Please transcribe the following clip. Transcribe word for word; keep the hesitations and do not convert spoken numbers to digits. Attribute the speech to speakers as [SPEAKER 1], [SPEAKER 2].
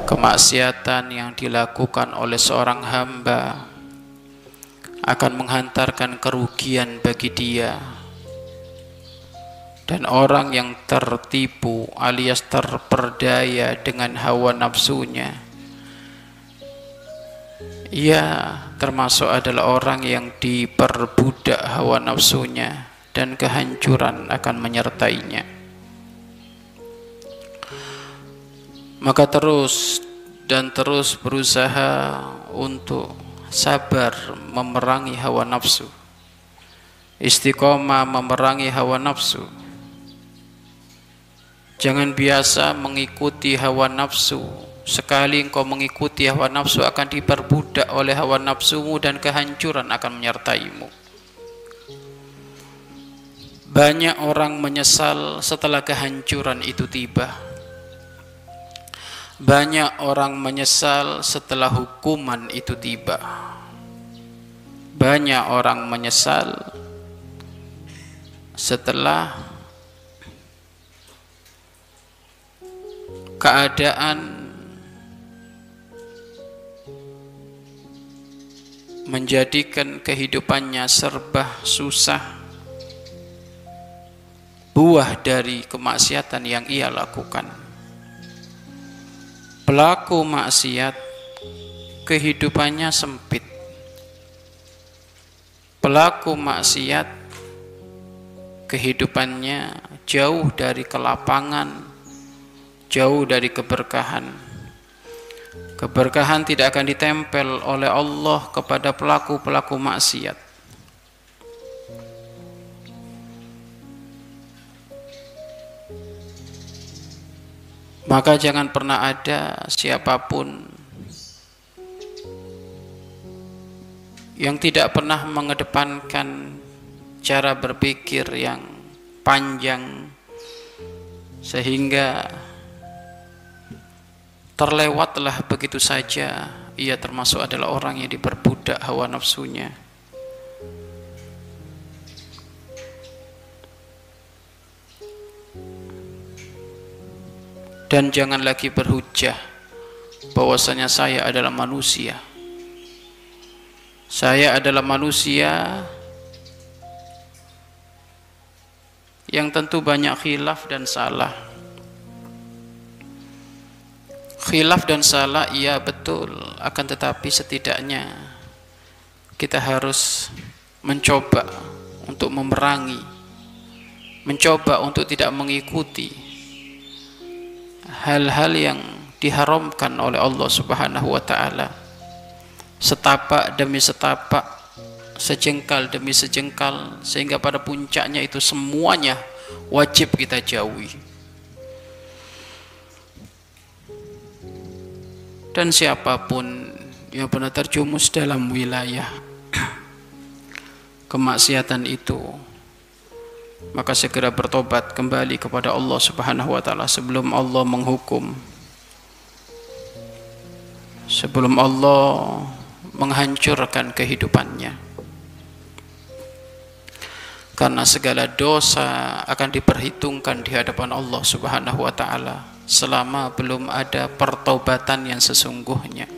[SPEAKER 1] kemaksiatan yang dilakukan oleh seorang hamba akan menghantarkan kerugian bagi dia, dan orang yang tertipu alias terperdaya dengan hawa nafsunya, ia termasuk adalah orang yang diperbudak hawa nafsunya dan kehancuran akan menyertainya. Maka terus dan terus berusaha untuk sabar memerangi hawa nafsu, istiqomah memerangi hawa nafsu. Jangan biasa mengikuti hawa nafsu. Sekali engkau mengikuti hawa nafsu akan diperbudak oleh hawa nafsumu dan kehancuran akan menyertaimu. Banyak orang menyesal setelah kehancuran itu tiba. Banyak orang menyesal setelah hukuman itu tiba. Banyak orang menyesal setelah keadaan menjadikan kehidupannya serba susah, buah dari kemaksiatan yang ia lakukan. Pelaku maksiat kehidupannya sempit. Pelaku maksiat kehidupannya jauh dari kelapangan, jauh dari keberkahan. Keberkahan tidak akan ditempel oleh Allah kepada pelaku-pelaku maksiat. Maka jangan pernah ada siapapun yang tidak pernah mengedepankan cara berpikir yang panjang sehingga terlewatlah begitu saja ia termasuk adalah orang yang diperbudak hawa nafsunya. Dan jangan lagi berhujah bahwasanya saya adalah manusia. Saya adalah manusia yang tentu banyak khilaf dan salah. Khilaf dan salah iya betul, akan tetapi setidaknya kita harus mencoba untuk memerangi, mencoba untuk tidak mengikuti hal-hal yang diharamkan oleh Allah Subhanahu wa taala. Setapak demi setapak, sejengkal demi sejengkal, sehingga pada puncaknya itu semuanya wajib kita jauhi. Dan siapapun yang pernah terjumus dalam wilayah kemaksiatan itu, maka segera bertobat kembali kepada Allah Subhanahu wa taala sebelum Allah menghukum, sebelum Allah menghancurkan kehidupannya. Karena segala dosa akan diperhitungkan di hadapan Allah Subhanahu wa taala selama belum ada pertobatan yang sesungguhnya.